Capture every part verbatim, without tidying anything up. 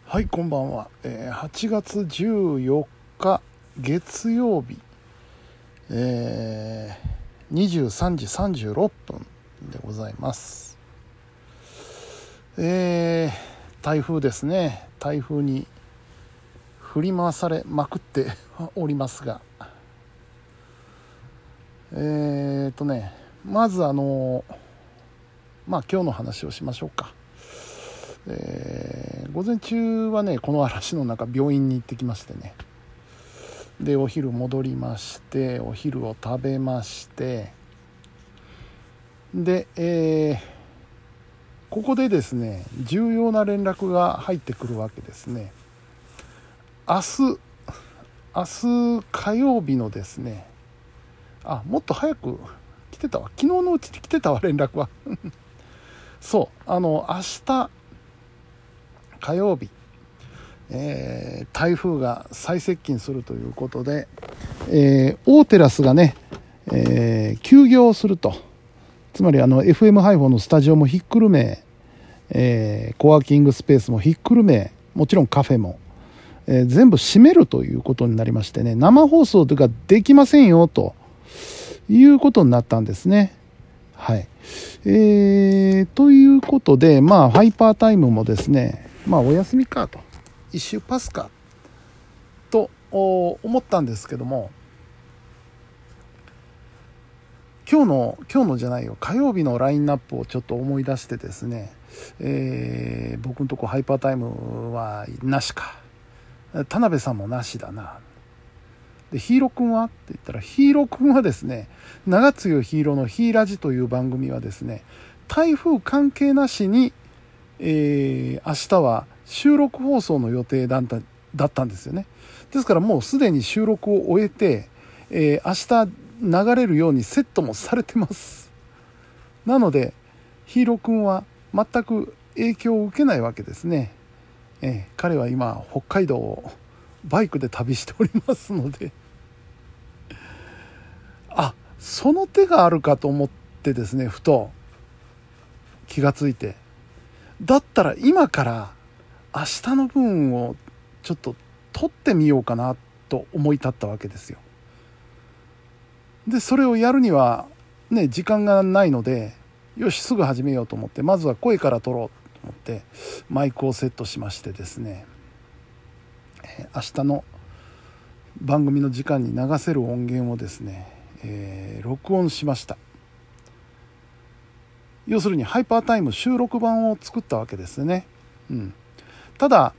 はい、こんばんは。えー、はちがつじゅうよっか月曜日、えー、にじゅうさんじさんじゅうろっぷんでございます。えー、台風ですね。台風に振り回されまくっておりますが、えーとね、まずあの、まあ今日の話をしましょうか。えー、午前中はね、この嵐の中病院に行ってきましてね、でお昼戻りまして、お昼を食べまして、で、えー、ここでですね重要な連絡が入ってくるわけですね。明日明日火曜日のですね、あ、もっと早く来てたわ、昨日のうちに来てたわ連絡はそうあの明日火曜日、えー、台風が最接近するということで、えー、大テラスがね、えー、休業すると。つまりあの エフエム 配報のスタジオもひっくるめ、えー、コワーキングスペースもひっくるめ、もちろんカフェも、えー、全部閉めるということになりましてね、生放送というかできませんよということになったんですね。はい、えー、ということで、まあハイパータイムもですね、まあお休みかと、一周パスかと思ったんですけども、今日の今日のじゃないよ火曜日のラインナップをちょっと思い出してですね、えー、僕のとこハイパータイムはなしか、田辺さんもなしだな、でヒーローくんはって言ったら、ヒーローくんはですね、長津よヒーローのヒーラジという番組はですね、台風関係なしに、えー、明日は収録放送の予定だっただったんですよね。ですからもうすでに収録を終えて、えー、明日流れるようにセットもされてます。なのでヒーローくんは全く影響を受けないわけですね。えー、彼は今北海道をバイクで旅しておりますので、あ、その手があるかと思ってですね、ふと気がついて、だったら今から明日の分をちょっと撮ってみようかなと思い立ったわけですよ。でそれをやるにはね時間がないので、よしすぐ始めようと思って、まずは声から撮ろうと思ってマイクをセットしましてですね、明日の番組の時間に流せる音源をですね、えー、録音しました。要するにハイパータイム収録版を作ったわけですね。うん、ただ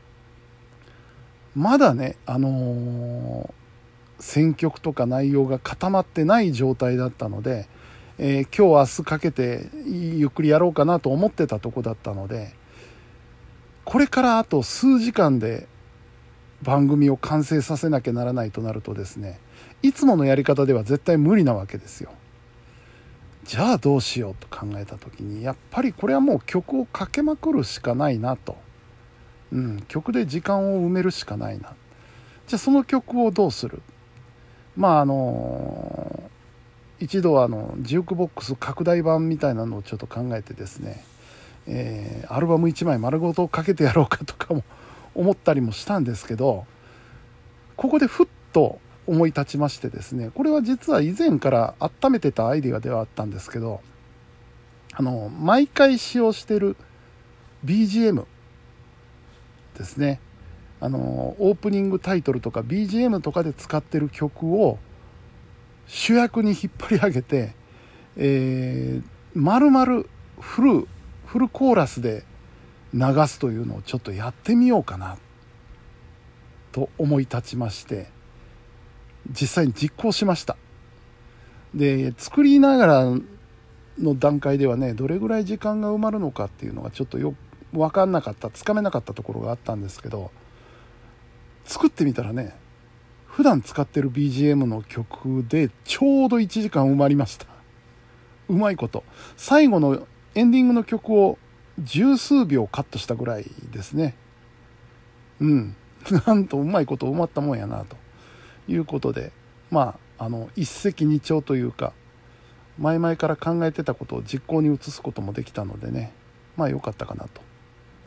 まだね、あのー、選曲とか内容が固まってない状態だったので、えー、今日明日かけてゆっくりやろうかなと思ってたとこだったので、これからあと数時間で番組を完成させなきゃならないとなるとですね、いつものやり方では絶対無理なわけですよ。じゃあどうしようと考えた時に、やっぱりこれはもう曲をかけまくるしかないなと、うん、曲で時間を埋めるしかないな。じゃあその曲をどうする。まああの一度あのジュークボックス拡大版みたいなのをちょっと考えてですね、えー、アルバムいちまい丸ごとかけてやろうかとかも思ったりもしたんですけど、ここでふっと思い立ちましてですね、これは実は以前から温めてたアイデアではあったんですけど、あの毎回使用している ビージーエム ですね、あのオープニングタイトルとか ビージーエム とかで使ってる曲を主役に引っ張り上げて、えー、丸々フルフルコーラスで流すというのをちょっとやってみようかなと思い立ちまして、実際に実行しました。で作りながらの段階ではね、どれぐらい時間が埋まるのかっていうのがちょっとよ分かんなかった、つかめなかったところがあったんですけど、作ってみたらね、普段使ってる ビージーエム の曲でちょうどいちじかん埋まりました。うまいこと。最後のエンディングの曲を十数秒カットしたぐらいですね。うん。なんとうまいこと埋まったもんやなということで、まあ、あの、一石二鳥というか、前々から考えてたことを実行に移すこともできたのでね、まあ良かったかなと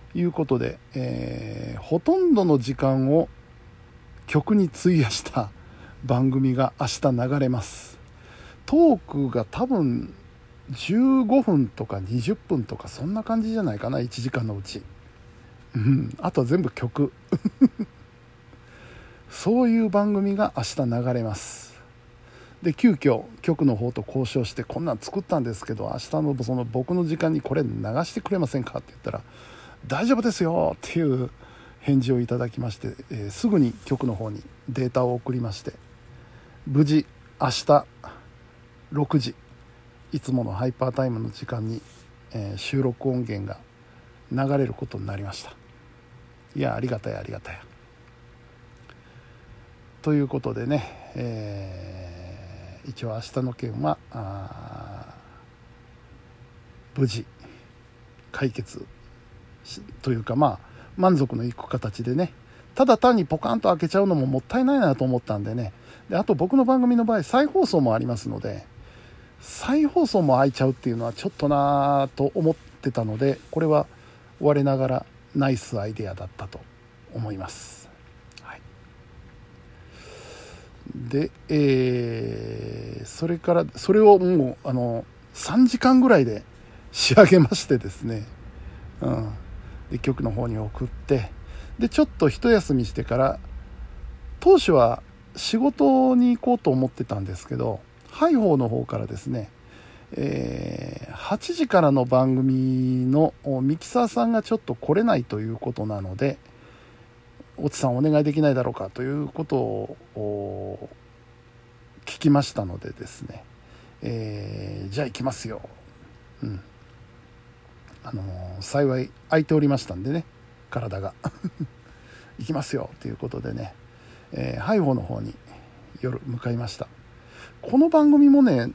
いうことで、えー、ほとんどの時間を曲に費やした番組が明日流れます。トークが多分じゅうごふんとかにじゅっぷんとかそんな感じじゃないかな、いちじかんのうち、うん、あとは全部曲そういう番組が明日流れます。で急遽局の方と交渉して、こんなん作ったんですけど明日のその僕の時間にこれ流してくれませんかって言ったら、大丈夫ですよっていう返事をいただきまして、えー、すぐに局の方にデータを送りまして、無事明日ろくじ、いつものハイパータイムの時間に、えー、収録音源が流れることになりました。いやありがたいありがたいということでね、えー、一応明日の件は無事解決というか、まあ満足のいく形でね、ただ単にポカンと開けちゃうのももったいないなと思ったんでね。であと僕の番組の場合再放送もありますので、再放送も開いちゃうっていうのはちょっとなと思ってたので、これは我ながらナイスアイデアだったと思います、はい、で、えー、それからそれをもうあのさんじかんぐらいで仕上げましてですね、うん、で局の方に送って、でちょっと一休みしてから、当初は仕事に行こうと思ってたんですけど、ハイホーの方からですね、えー、はちじからの番組のミキサーさんがちょっと来れないということなので、おつさんお願いできないだろうかということを聞きましたのでですね、えー、じゃあ行きますよ、うん、あのー、幸い空いておりましたんでね、体が行きますよということでね、えー、ハイホーの方に夜向かいました。この番組もね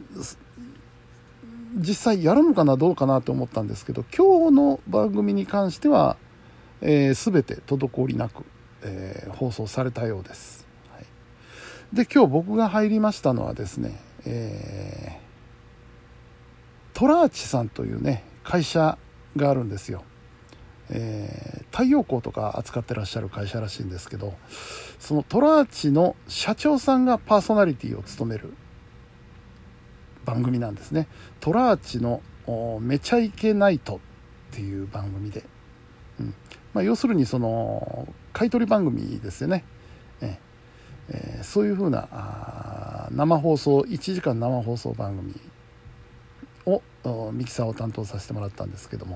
実際やるのかなどうかなと思ったんですけど、今日の番組に関しては、えー、全て滞りなく、えー、放送されたようです、はい、で今日僕が入りましたのはですね、えー、トラーチさんというね会社があるんですよ。えー、太陽光とか扱ってらっしゃる会社らしいんですけど、そのトラーチの社長さんがパーソナリティを務める番組なんですね。トラーチのめちゃイケナイトっていう番組で、うんまあ、要するにその買い取り番組ですよね、ええー、そういう風な生放送いちじかん生放送番組をミキサーを担当させてもらったんですけども、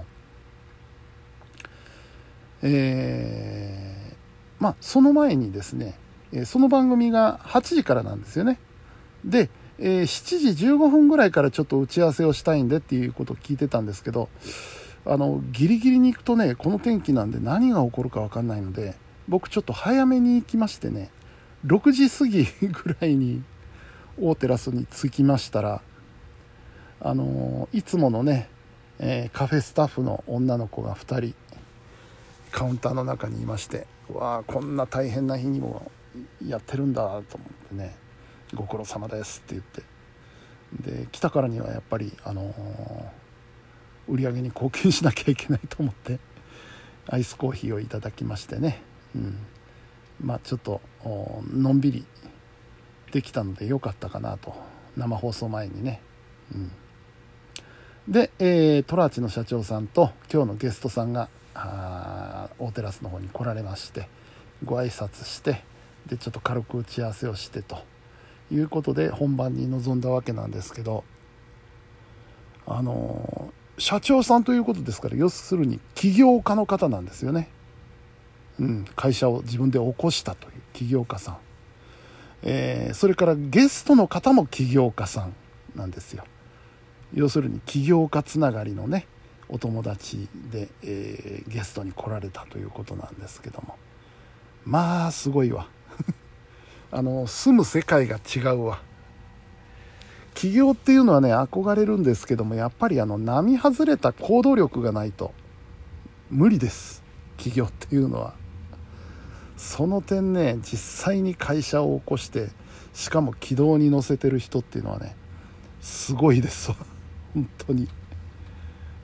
えー、まあその前にですね、その番組がはちじからなんですよね。で、えー、しちじじゅうごふんぐらいからちょっと打ち合わせをしたいんでっていうことを聞いてたんですけど、あのギリギリに行くとね、この天気なんで何が起こるか分かんないので、僕ちょっと早めに行きましてね、ろくじ過ぎぐらいに大テラスに着きましたら、あのー、いつものね、えー、カフェスタッフの女の子がふたりカウンターの中にいまして、うわーこんな大変な日にもやってるんだと思ってね、ご苦労様ですって言って、で来たからにはやっぱり、あのー、売り上げに貢献しなきゃいけないと思ってアイスコーヒーをいただきましてね、うん、まあちょっとのんびりできたのでよかったかなと、生放送前にね、うん、で、えー、トラーチの社長さんと今日のゲストさんがあ大テラスの方に来られまして、ご挨拶して、でちょっと軽く打ち合わせをしてということで本番に臨んだわけなんですけど、あのー、社長さんということですから、要するに起業家の方なんですよね、うん、会社を自分で起こしたという起業家さん、えー、それからゲストの方も起業家さんなんですよ。要するに起業家つながりのねお友達で、えー、ゲストに来られたということなんですけども、まあすごいわあの住む世界が違うわ。起業っていうのはね憧れるんですけども、やっぱりあの並外れた行動力がないと無理です。起業っていうのはその点ね、実際に会社を起こしてしかも軌道に乗せてる人っていうのはねすごいですわ本当に。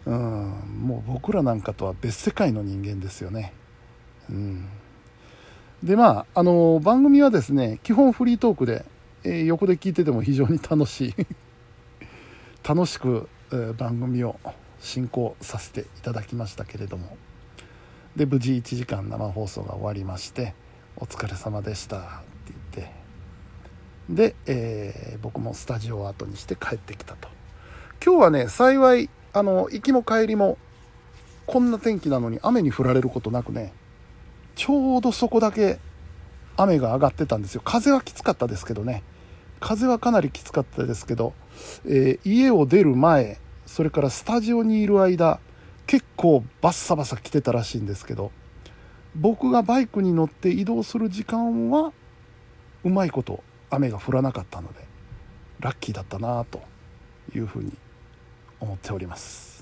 うん、もう僕らなんかとは別世界の人間ですよね。うん、でまああの番組はですね基本フリートークで、えー、横で聞いてても非常に楽しい楽しく、えー、番組を進行させていただきましたけれども、で無事いちじかん生放送が終わりまして、お疲れ様でしたって言って、で、えー、僕もスタジオを後にして帰ってきたと。今日はね幸いあの行きも帰りもこんな天気なのに雨に降られることなくね、ちょうどそこだけ雨が上がってたんですよ。風はきつかったですけどね、風はかなりきつかったですけど、えー、家を出る前、それからスタジオにいる間結構バッサバサ来てたらしいんですけど、僕がバイクに乗って移動する時間はうまいこと雨が降らなかったのでラッキーだったなというふうに思っております、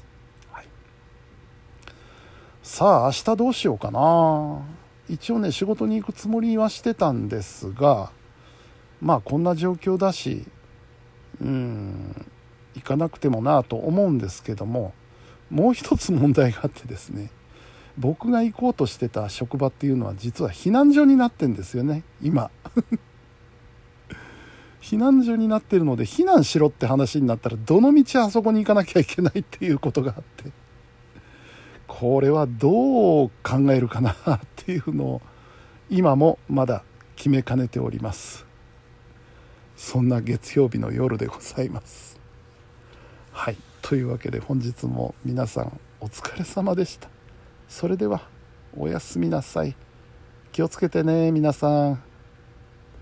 はい、さあ明日どうしようかな。一応ね仕事に行くつもりはしてたんですが、まあこんな状況だしうーん行かなくてもなと思うんですけども、もう一つ問題があってですね、僕が行こうとしてた職場っていうのは実は避難所になってんですよね今避難所になってるので、避難しろって話になったらどの道あそこに行かなきゃいけないっていうことがあって、これはどう考えるかなっていうのを今もまだ決めかねております。そんな月曜日の夜でございます。はい、というわけで本日も皆さんお疲れ様でした。それではおやすみなさい。気をつけてね皆さん。